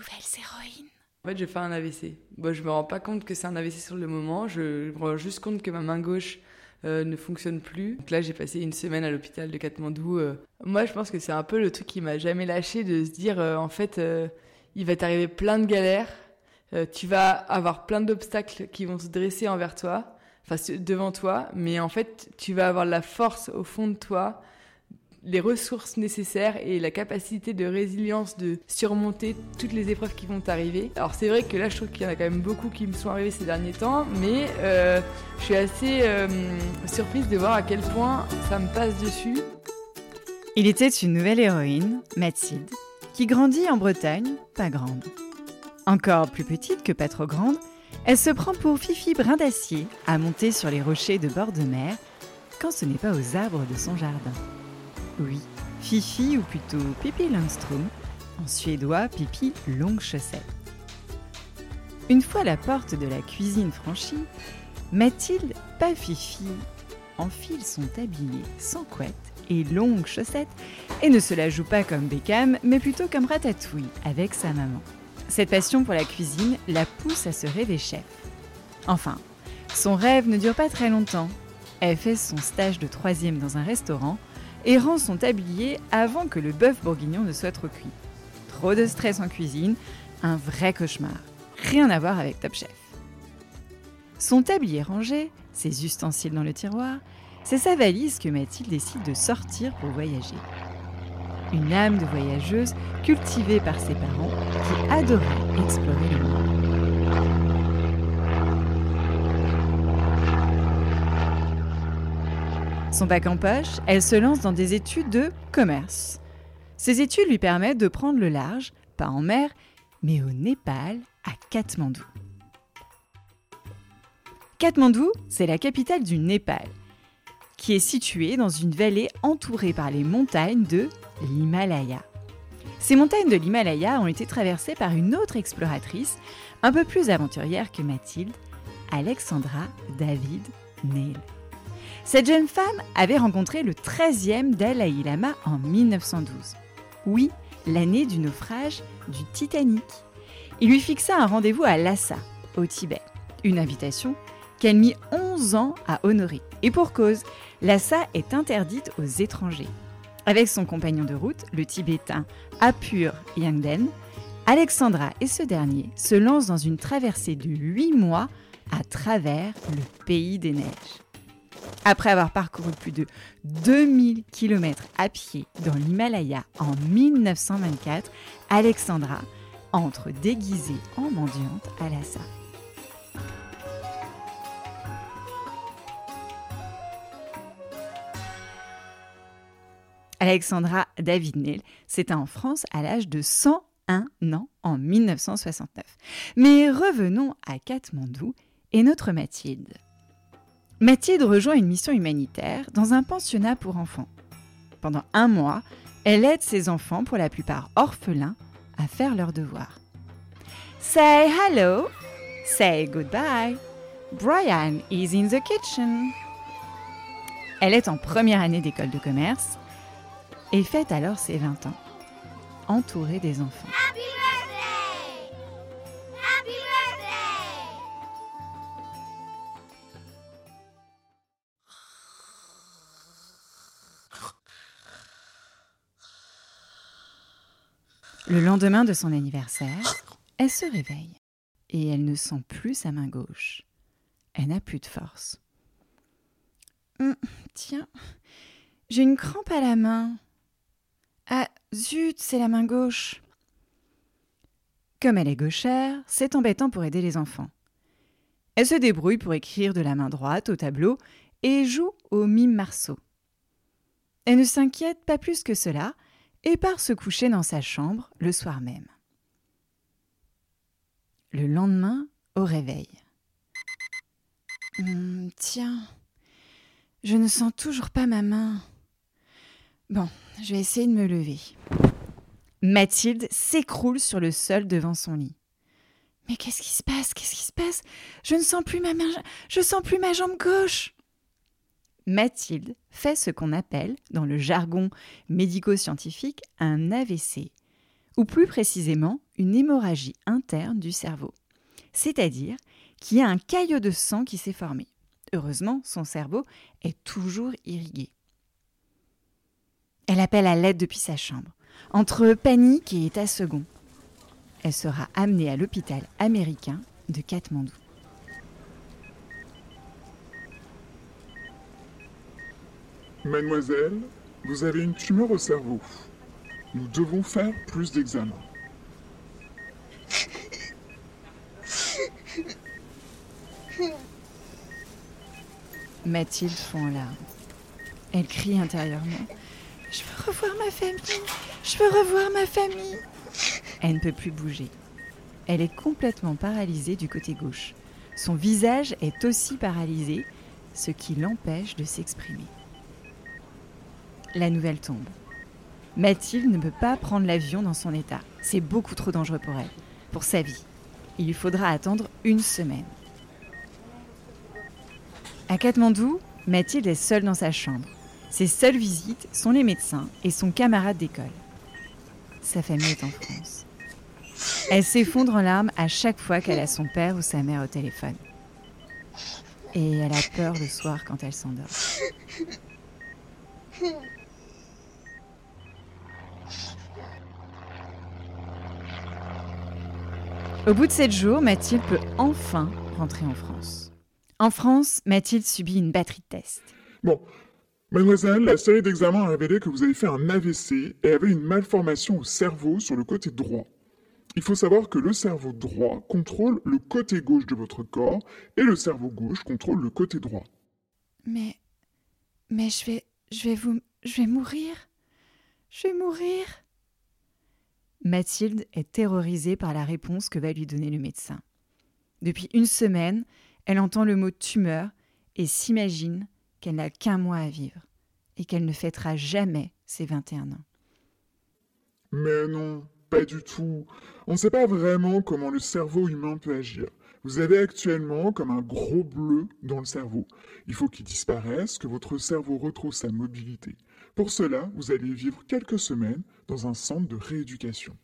nouvelles héroïnes. En fait, je fais un AVC. Bon, je me rends pas compte que c'est un AVC sur le moment. Je me rends juste compte que ma main gauche ne fonctionne plus. Donc là, j'ai passé une semaine à l'hôpital de Katmandou. Moi, je pense que c'est un peu le truc qui m'a jamais lâché de se dire, il va t'arriver plein de galères. Tu vas avoir plein d'obstacles qui vont se dresser envers toi, devant toi. Mais en fait, tu vas avoir la force au fond de toi, les ressources nécessaires et la capacité de résilience de surmonter toutes les épreuves qui vont t'arriver. Alors c'est vrai que là je trouve qu'il y en a quand même beaucoup qui me sont arrivés ces derniers temps, mais je suis assez surprise de voir à quel point ça me passe dessus. Il était une nouvelle héroïne, Mathilde, qui grandit en Bretagne, pas grande. Encore plus petite que pas trop grande, elle se prend pour Fifi Brin d'Acier à monter sur les rochers de bord de mer quand ce n'est pas aux arbres de son jardin. Oui, Fifi, ou plutôt Pippi Longström, en suédois Pippi longue chaussette. Une fois la porte de la cuisine franchie, Mathilde, pas Fifi, enfile son tablier sans couette et longue chaussette et ne se la joue pas comme Beckham, mais plutôt comme Ratatouille avec sa maman. Cette passion pour la cuisine la pousse à se rêver chef. Enfin, son rêve ne dure pas très longtemps. Elle fait son stage de 3e dans un restaurant et rend son tablier avant que le bœuf bourguignon ne soit trop cuit. Trop de stress en cuisine, un vrai cauchemar. Rien à voir avec Top Chef. Son tablier rangé, ses ustensiles dans le tiroir, c'est sa valise que Mathilde décide de sortir pour voyager. Une âme de voyageuse cultivée par ses parents qui adoraient explorer le monde. Son bac en poche, elle se lance dans des études de commerce. Ces études lui permettent de prendre le large, pas en mer, mais au Népal, à Katmandou. Katmandou, c'est la capitale du Népal, qui est située dans une vallée entourée par les montagnes de l'Himalaya. Ces montagnes de l'Himalaya ont été traversées par une autre exploratrice, un peu plus aventurière que Mathilde, Alexandra David Neil. Cette jeune femme avait rencontré le 13e Dalai Lama en 1912. Oui, l'année du naufrage du Titanic. Il lui fixa un rendez-vous à Lhasa, au Tibet. Une invitation qu'elle mit 11 ans à honorer. Et pour cause, Lhasa est interdite aux étrangers. Avec son compagnon de route, le Tibétain Apur Yangden, Alexandra et ce dernier se lancent dans une traversée de 8 mois à travers le pays des neiges. Après avoir parcouru plus de 2000 km à pied dans l'Himalaya en 1924, Alexandra entre déguisée en mendiante à Lhasa. Alexandra David Neil s'éteint en France à l'âge de 101 ans en 1969. Mais revenons à Katmandou et notre Mathilde. Mathilde rejoint une mission humanitaire dans un pensionnat pour enfants. Pendant 1 mois, elle aide ses enfants, pour la plupart orphelins, à faire leurs devoirs. Say hello, say goodbye. Brian is in the kitchen. Elle est en première année d'école de commerce et fête alors ses 20 ans, entourée des enfants. Happy birthday! Happy birthday! Le lendemain de son anniversaire, elle se réveille et elle ne sent plus sa main gauche. Elle n'a plus de force. Tiens, j'ai une crampe à la main. Ah, zut, c'est la main gauche. Comme elle est gauchère, c'est embêtant pour aider les enfants. Elle se débrouille pour écrire de la main droite au tableau et joue au mime Marceau. Elle ne s'inquiète pas plus que cela et part se coucher dans sa chambre le soir même. Le lendemain, au réveil. Tiens, je ne sens toujours pas ma main. Bon, je vais essayer de me lever. Mathilde s'écroule sur le sol devant son lit. Mais qu'est-ce qui se passe? Qu'est-ce qui se passe? Je ne sens plus ma main, je sens plus ma jambe gauche. Mathilde fait ce qu'on appelle, dans le jargon médico-scientifique, un AVC, ou plus précisément une hémorragie interne du cerveau. C'est-à-dire qu'il y a un caillot de sang qui s'est formé. Heureusement, son cerveau est toujours irrigué. Elle appelle à l'aide depuis sa chambre. Entre panique et état second, elle sera amenée à l'hôpital américain de Katmandou. Mademoiselle, vous avez une tumeur au cerveau. Nous devons faire plus d'examens. Mathilde fond en larmes. Elle crie intérieurement. « Je veux revoir ma famille! Je veux revoir ma famille !» Elle ne peut plus bouger. Elle est complètement paralysée du côté gauche. Son visage est aussi paralysé, ce qui l'empêche de s'exprimer. La nouvelle tombe. Mathilde ne peut pas prendre l'avion dans son état. C'est beaucoup trop dangereux pour elle, pour sa vie. Il lui faudra attendre 1 semaine. À Katmandou, Mathilde est seule dans sa chambre. Ses seules visites sont les médecins et son camarade d'école. Sa famille est en France. Elle s'effondre en larmes à chaque fois qu'elle a son père ou sa mère au téléphone. Et elle a peur le soir quand elle s'endort. Au bout de 7 jours, Mathilde peut enfin rentrer en France. En France, Mathilde subit une batterie de tests. Bon, mademoiselle, la série d'examens a révélé que vous avez fait un AVC et avez une malformation au cerveau sur le côté droit. Il faut savoir que le cerveau droit contrôle le côté gauche de votre corps et le cerveau gauche contrôle le côté droit. Mais je vais mourir. Je vais mourir. Mathilde est terrorisée par la réponse que va lui donner le médecin. Depuis 1 semaine, elle entend le mot tumeur et s'imagine qu'elle n'a qu'1 mois à vivre et qu'elle ne fêtera jamais ses 21 ans. Mais non, pas du tout. On ne sait pas vraiment comment le cerveau humain peut agir. Vous avez actuellement comme un gros bleu dans le cerveau. Il faut qu'il disparaisse, que votre cerveau retrouve sa mobilité. Pour cela, vous allez vivre quelques semaines dans un centre de rééducation.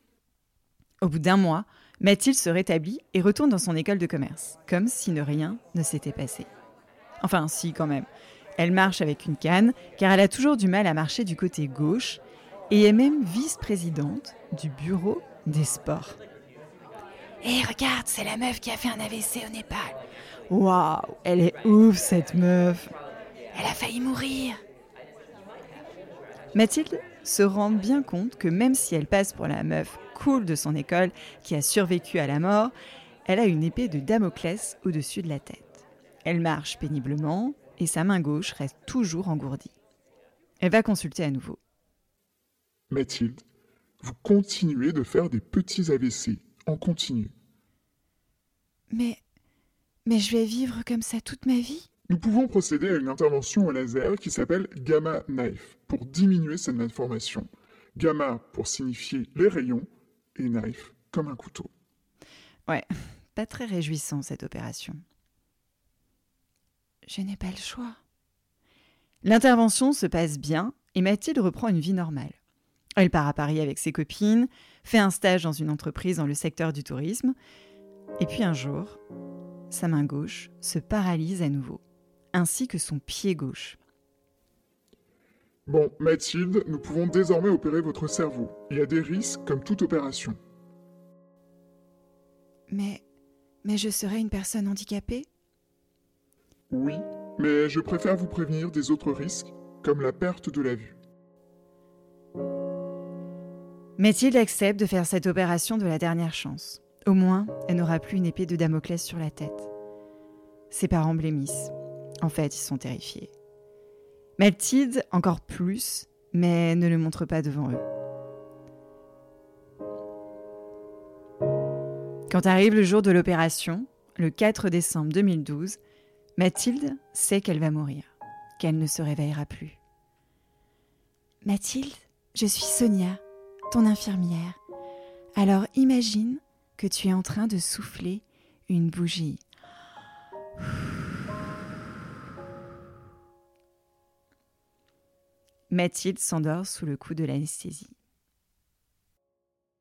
Au bout d'1 mois, Mathilde se rétablit et retourne dans son école de commerce, comme si rien ne s'était passé. Enfin, si, quand même. Elle marche avec une canne, car elle a toujours du mal à marcher du côté gauche, et est même vice-présidente du bureau des sports. Hé, regarde, c'est la meuf qui a fait un AVC au Népal. Waouh, elle est ouf, cette meuf. Elle a failli mourir. Mathilde se rend bien compte que même si elle passe pour la meuf cool de son école qui a survécu à la mort, elle a une épée de Damoclès au-dessus de la tête. Elle marche péniblement et sa main gauche reste toujours engourdie. Elle va consulter à nouveau. Mathilde, vous continuez de faire des petits AVC en continu. Mais je vais vivre comme ça toute ma vie ? Nous pouvons procéder à une intervention au laser qui s'appelle Gamma Knife pour diminuer cette malformation. Gamma pour signifier les rayons et knife comme un couteau. Ouais, pas très réjouissant cette opération. Je n'ai pas le choix. L'intervention se passe bien et Mathilde reprend une vie normale. Elle part à Paris avec ses copines, fait un stage dans une entreprise dans le secteur du tourisme, et puis un jour, sa main gauche se paralyse à nouveau, ainsi que son pied gauche. Bon, Mathilde, nous pouvons désormais opérer votre cerveau. Il y a des risques comme toute opération. Mais je serai une personne handicapée ? Oui, mais je préfère vous prévenir des autres risques, comme la perte de la vue. Mathilde accepte de faire cette opération de la dernière chance. Au moins, elle n'aura plus une épée de Damoclès sur la tête. Ses parents blêmissent. En fait, ils sont terrifiés. Mathilde, encore plus, mais ne le montre pas devant eux. Quand arrive le jour de l'opération, le 4 décembre 2012, Mathilde sait qu'elle va mourir, qu'elle ne se réveillera plus. Mathilde, je suis Sonia, ton infirmière. Alors imagine que tu es en train de souffler une bougie. Mathilde s'endort sous le coup de l'anesthésie.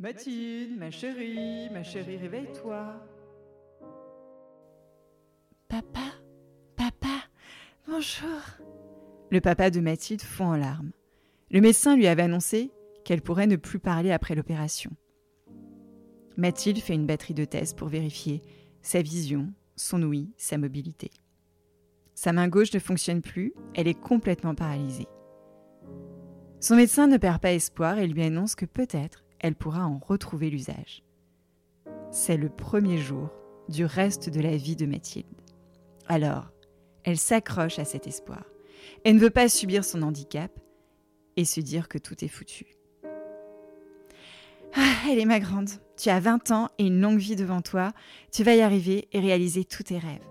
Mathilde, ma chérie, réveille-toi. Papa, bonjour. Le papa de Mathilde fond en larmes. Le médecin lui avait annoncé qu'elle pourrait ne plus parler après l'opération. Mathilde fait une batterie de tests pour vérifier sa vision, son ouïe, sa mobilité. Sa main gauche ne fonctionne plus, elle est complètement paralysée. Son médecin ne perd pas espoir et lui annonce que peut-être elle pourra en retrouver l'usage. C'est le premier jour du reste de la vie de Mathilde. Alors, elle s'accroche à cet espoir. Elle ne veut pas subir son handicap et se dire que tout est foutu. Ah, elle est ma grande. Tu as 20 ans et une longue vie devant toi. Tu vas y arriver et réaliser tous tes rêves.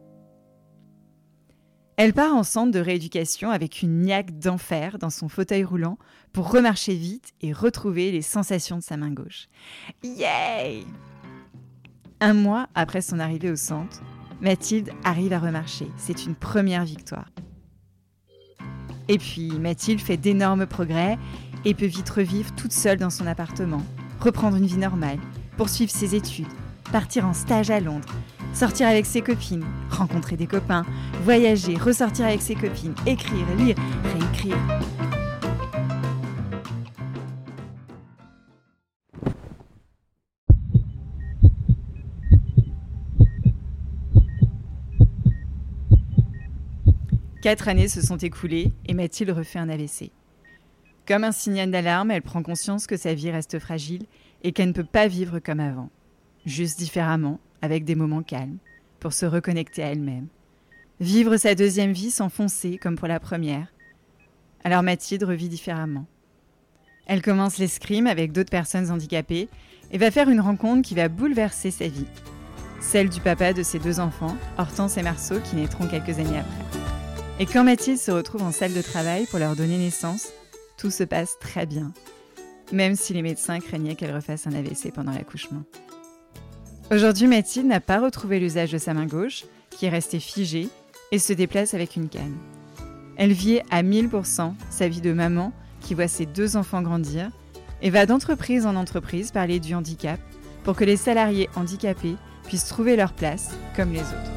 Elle part en centre de rééducation avec une niaque d'enfer dans son fauteuil roulant pour remarcher vite et retrouver les sensations de sa main gauche. Yay! 1 mois après son arrivée au centre, Mathilde arrive à remarcher. C'est une première victoire. Et puis, Mathilde fait d'énormes progrès et peut vite revivre toute seule dans son appartement, reprendre une vie normale, poursuivre ses études, partir en stage à Londres, sortir avec ses copines, rencontrer des copains, voyager, ressortir avec ses copines, écrire, lire, réécrire. 4 années se sont écoulées et Mathilde refait un AVC. Comme un signal d'alarme, elle prend conscience que sa vie reste fragile et qu'elle ne peut pas vivre comme avant. Juste différemment, avec des moments calmes, pour se reconnecter à elle-même. Vivre sa deuxième vie sans foncer comme pour la première. Alors Mathilde revit différemment. Elle commence l'escrime avec d'autres personnes handicapées et va faire une rencontre qui va bouleverser sa vie. Celle du papa de ses 2 enfants, Hortense et Marceau, qui naîtront quelques années après. Et quand Mathilde se retrouve en salle de travail pour leur donner naissance, tout se passe très bien, même si les médecins craignaient qu'elle refasse un AVC pendant l'accouchement. Aujourd'hui, Mathilde n'a pas retrouvé l'usage de sa main gauche, qui est restée figée, et se déplace avec une canne. Elle vit à 1000% sa vie de maman qui voit ses 2 enfants grandir et va d'entreprise en entreprise parler du handicap pour que les salariés handicapés puissent trouver leur place comme les autres.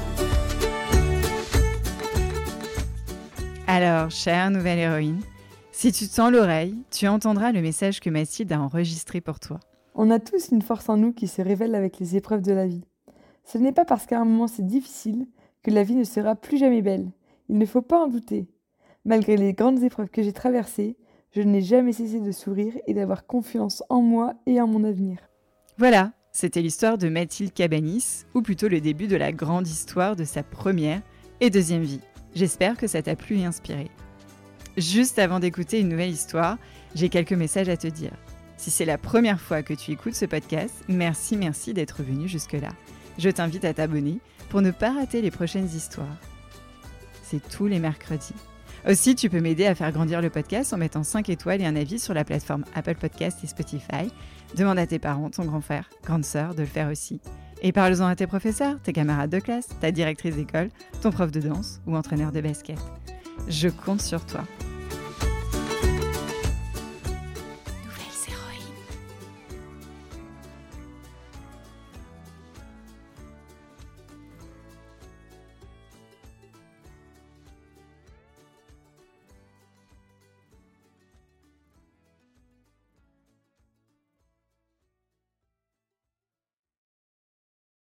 Alors, chère nouvelle héroïne, si tu tends l'oreille, tu entendras le message que Mathilde a enregistré pour toi. On a tous une force en nous qui se révèle avec les épreuves de la vie. Ce n'est pas parce qu'à un moment c'est difficile que la vie ne sera plus jamais belle. Il ne faut pas en douter. Malgré les grandes épreuves que j'ai traversées, je n'ai jamais cessé de sourire et d'avoir confiance en moi et en mon avenir. Voilà, c'était l'histoire de Mathilde Cabanis, ou plutôt le début de la grande histoire de sa première et deuxième vie. J'espère que ça t'a plu et inspiré. Juste avant d'écouter une nouvelle histoire, j'ai quelques messages à te dire. Si c'est la première fois que tu écoutes ce podcast, merci d'être venu jusque-là. Je t'invite à t'abonner pour ne pas rater les prochaines histoires. C'est tous les mercredis. Aussi, tu peux m'aider à faire grandir le podcast en mettant 5 étoiles et un avis sur la plateforme Apple Podcast et Spotify. Demande à tes parents, ton grand frère, grande sœur de le faire aussi. Et parle-en à tes professeurs, tes camarades de classe, ta directrice d'école, ton prof de danse ou entraîneur de basket. Je compte sur toi.